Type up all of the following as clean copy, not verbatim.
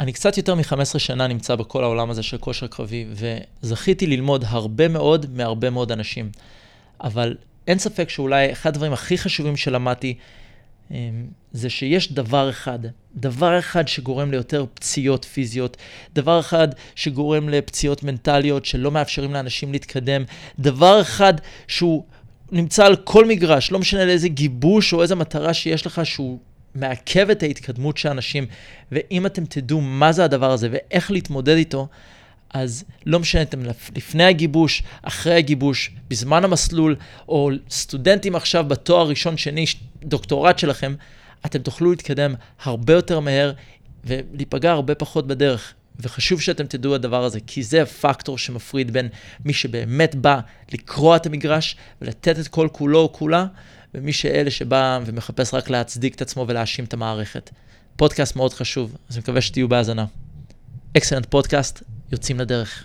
אני קצת יותר מ-15 שנה נמצא בכל העולם הזה של כושר קרבי, וזכיתי ללמוד הרבה מאוד מהרבה מאוד אנשים. אבל אין ספק שאולי אחד הדברים הכי חשובים שלמדתי, זה שיש דבר אחד שגורם ליותר פציעות פיזיות, דבר אחד שגורם לפציעות מנטליות שלא מאפשרים לאנשים להתקדם, דבר אחד שהוא נמצא על כל מגרש, לא משנה לאיזה גיבוש או איזה מטרה שיש לך, שהוא מעכב את ההתקדמות של אנשים, ואם אתם תדעו מה זה הדבר הזה ואיך להתמודד איתו, אז לא משנה אתם לפני הגיבוש, אחרי הגיבוש, בזמן המסלול, או סטודנטים עכשיו בתואר ראשון, שני, דוקטורט שלכם, אתם תוכלו להתקדם הרבה יותר מהר, ולהיפגע הרבה פחות בדרך. וחשוב שאתם תדעו הדבר הזה, כי זה הפקטור שמפריד בין מי שבאמת בא לקרוא את המגרש, ולתת את כל כולו או כולה, ומי שאלה שבא ומחפש רק להצדיק את עצמו ולהאשים את המערכת. פודקאסט מאוד חשוב, אז אני מקווה שתהיו בהאזנה. אקסלנט פודקאסט, יוצאים לדרך.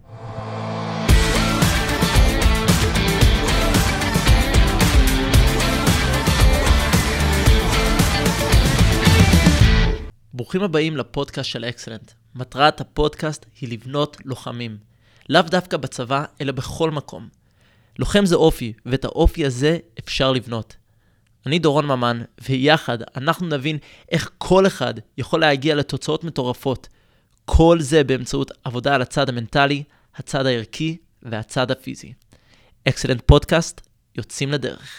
ברוכים הבאים לפודקאסט של אקסלנט. מטרת הפודקאסט היא לבנות לוחמים. לאו דווקא בצבא, אלא בכל מקום. לוחם זה אופי, ואת האופי הזה אפשר לבנות. אני דורון ממן, ויחד אנחנו נבין איך כל אחד יכול להגיע לתוצאות מטורפות. כל זה באמצעות עבודה על הצד המנטלי, הצד הערכי והצד הפיזי. אקסלנט פודקאסט, יוצאים לדרך.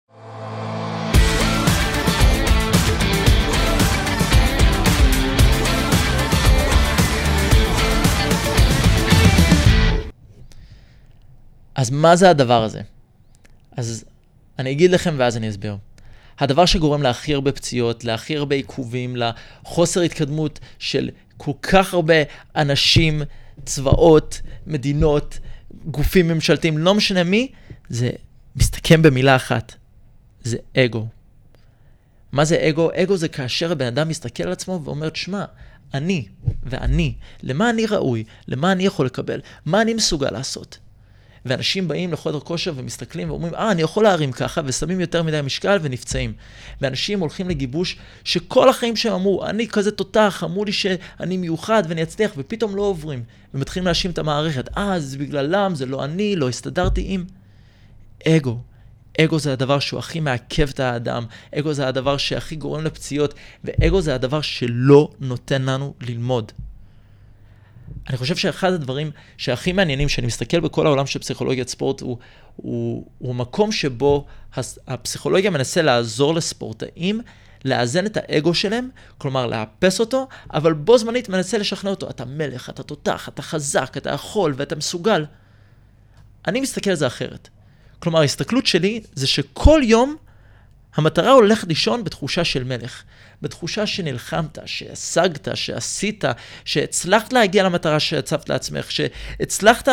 אז מה זה הדבר הזה? אז אני אגיד לכם ואז אני אסביר. הדבר שגורם להכי הרבה פציעות, להכי הרבה עיכובים, לחוסר התקדמות של כל כך הרבה אנשים, צבאות, מדינות, גופים ממשלתיים, לא משנה מי, זה מסתכם במילה אחת. זה אגו. מה זה אגו? אגו זה כאשר הבן אדם מסתכל על עצמו ואומר, תשמע, אני ואני, למה אני ראוי, למה אני יכול לקבל, מה אני מסוגל לעשות. ואנשים באים לחדר כושר ומסתכלים ואומרים, אני יכול להרים ככה, ושמים יותר מדי משקל ונפצעים. ואנשים הולכים לגיבוש שכל החיים שהם אמרו, אני כזה תותח, אמרו לי שאני מיוחד ואני אצליח, ופתאום לא עוברים. ומתחילים להאשים את המערכת, זה בגללם, זה לא אני, לא הסתדרתי עם. אגו. אגו זה הדבר שהוא הכי מעכב את האדם, אגו זה הדבר שהכי גורם לפציעות, ואגו זה הדבר שלא נותן לנו ללמוד. אני חושב שאחד הדברים שהכי מעניינים, שאני מסתכל בכל העולם של פסיכולוגיית ספורט, הוא מקום שבו הפסיכולוגיה מנסה לעזור לספורטאים, לאזן את האגו שלהם, כלומר לאפס אותו, אבל בו זמנית מנסה לשכנע אותו, אתה מלך, אתה תותח, אתה חזק, אתה יכול ואתה מסוגל. אני מסתכל על זה אחרת. כלומר, ההסתכלות שלי זה שכל יום המטרה הולכת לישון בתחושה של מלך. בתחושה שנלחמת, שהשגת, שעשית, שהצלחת להגיע למטרה שהצבת לעצמך, שהצלחת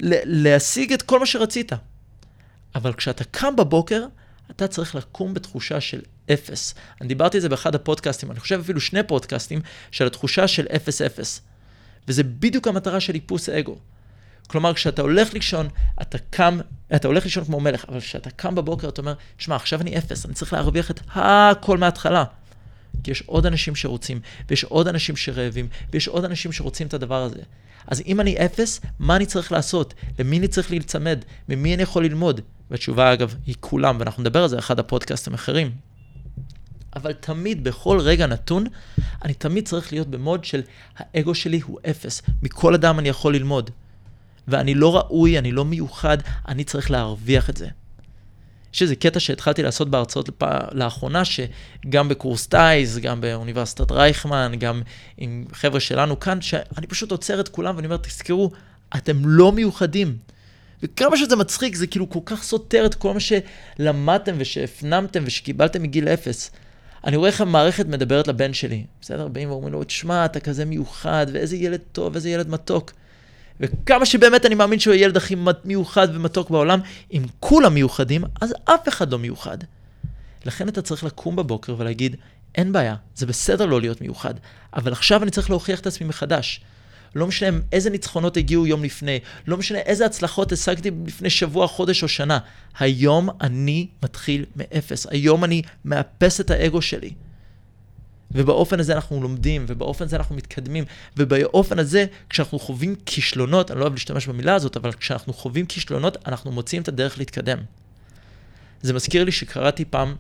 להשיג את כל מה שרצית. אבל כשאתה קם בבוקר, אתה צריך לקום בתחושה של אפס. אני דיברתי על זה באחד הפודקאסטים, אני חושב אפילו 2 פודקאסטים, של התחושה של 0-0. וזה בדיוק המטרה של איפוס האגו. כלומר, כשאתה הולך לישון, אתה הולך לישון כמו מלך, אבל כשאתה קם בבוקר, אתה אומר, שמע, עכשיו אני 0, אני צריך להרוויח את הכל מההתחלה. כי יש עוד אנשים שרוצים, ויש עוד אנשים שרעבים, ויש עוד אנשים שרוצים את הדבר הזה. אז אם אני 0, מה אני צריך לעשות? למי אני צריך להצמד? ממי אני יכול ללמוד? והתשובה, אגב, היא כולם, ואנחנו נדבר על זה אחד הפודקאסטים אחרים. אבל תמיד, בכל רגע נתון, אני תמיד צריך להיות במוד של האגו שלי הוא 0. מכל אדם אני יכול ללמוד. ואני לא ראוי, אני לא מיוחד, אני צריך להרוויח את זה. יש איזה קטע שהתחלתי לעשות בהרצאות לאחרונה, שגם בקורס טייס, גם באוניברסיטת רייכמן, גם עם חבר'ה שלנו כאן, שאני פשוט עוצר את כולם ואני אומר, תזכרו, אתם לא מיוחדים. וכמה שזה מצחיק, זה כאילו כל כך סותר את כל מה שלמדתם ושהפנמתם ושקיבלתם מגיל 0. אני רואה איך המערכת מדברת לבן שלי. בסדר? באים ואומרים לו, תשמע, אתה כזה מיוחד, ואיזה ילד טוב, ואיזה ילד מתוק. וכמה שבאמת אני מאמין שהוא הילד הכי מיוחד ומתוק בעולם, אם כולם מיוחדים, אז אף אחד לא מיוחד. לכן אתה צריך לקום בבוקר ולהגיד, אין בעיה, זה בסדר לא להיות מיוחד, אבל עכשיו אני צריך להוכיח את עצמי מחדש. לא משנה איזה ניצחונות הגיעו יום לפני, לא משנה איזה הצלחות השגתי לפני שבוע, חודש או שנה. היום אני מתחיל מ-0, היום אני מאפס את האגו שלי. ובאופן הזה אנחנו לומדים, ובאופן הזה אנחנו מתקדמים, ובאופן הזה, כשאנחנו חווים כישלונות, אני לא אוהב להשתמש במילה הזאת, אבל כשאנחנו חווים כישלונות, אנחנו מוצאים את הדרך להתקדם. זה מזכיר לי שקראתי פעם,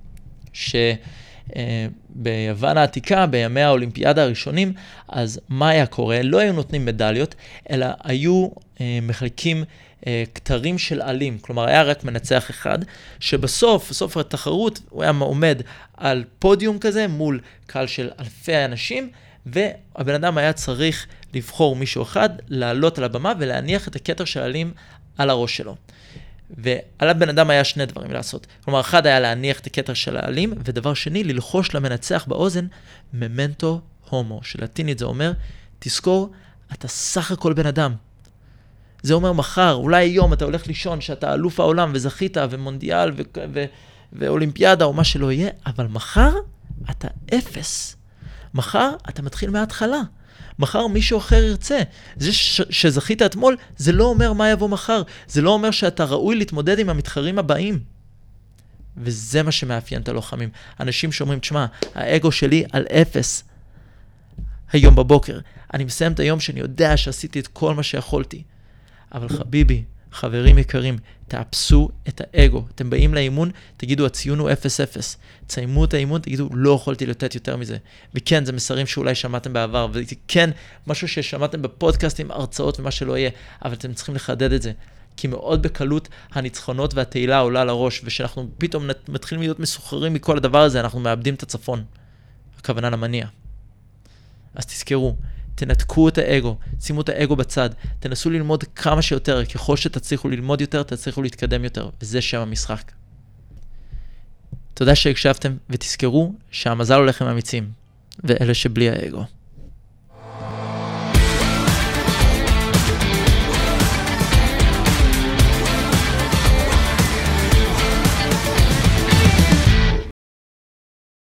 שביוון העתיקה, בימי האולימפיאדה הראשונים, אז מה היה קורה? לא היו נותנים מדליות, אלא היו מחלקים כתרים של עלים, כלומר היה רק מנצח אחד, בסוף התחרות הוא היה עומד על פודיום כזה מול קהל של אלפי אנשים, והבן אדם היה צריך לבחור מישהו אחד, לעלות על הבמה ולהניח את הכתר של עלים על הראש שלו. ועל הבן אדם היה שני דברים לעשות. כלומר, אחד היה להניח את הכתר של העלים, ודבר שני, ללחוש למנצח באוזן, ממנטו הומו, שלטינית זה אומר, תזכור, אתה סך הכל בן אדם. זה אומר מחר, אולי היום אתה הולך לישון שאתה אלוף העולם וזכית ומונדיאל ואולימפיאדה או מה שלא יהיה, אבל מחר אתה אפס. מחר אתה מתחיל מההתחלה. מחר מישהו אחר ירצה. זה שזכית אתמול, זה לא אומר מה יבוא מחר. זה לא אומר שאתה ראוי להתמודד עם המתחרים הבאים. וזה מה שמאפיין את הלוחמים. אנשים שאומרים, תשמע, האגו שלי על אפס. היום בבוקר. אני מסיים את היום שאני יודע שעשיתי את כל מה שיכולתי. אבל חביבי, חברים יקרים, תאפסו את האגו. אתם באים לאימון, תגידו, הציון הוא 0-0. תסיימו את האימון, תגידו, לא יכולתי לתת יותר מזה. וכן, זה מסרים שאולי שמעתם בעבר, וכן, משהו ששמעתם בפודקאסטים, הרצאות ומה שלא יהיה, אבל אתם צריכים לחדד את זה. כי מאוד בקלות הניצחונות והתהילה עולה לראש, ושאנחנו פתאום מתחילים להיות מסוחררים מכל הדבר הזה, אנחנו מאבדים את הצפון. הכוונה למניע. אז תזכרו, תנתקו את האגו, שימו את האגו בצד, תנסו ללמוד כמה שיותר, ככל שתצליחו ללמוד יותר, תצליחו להתקדם יותר, וזה שם המשחק. תודה שהקשבתם, ותזכרו שהמזל הולך עם אמיצים, ואלה שבלי האגו.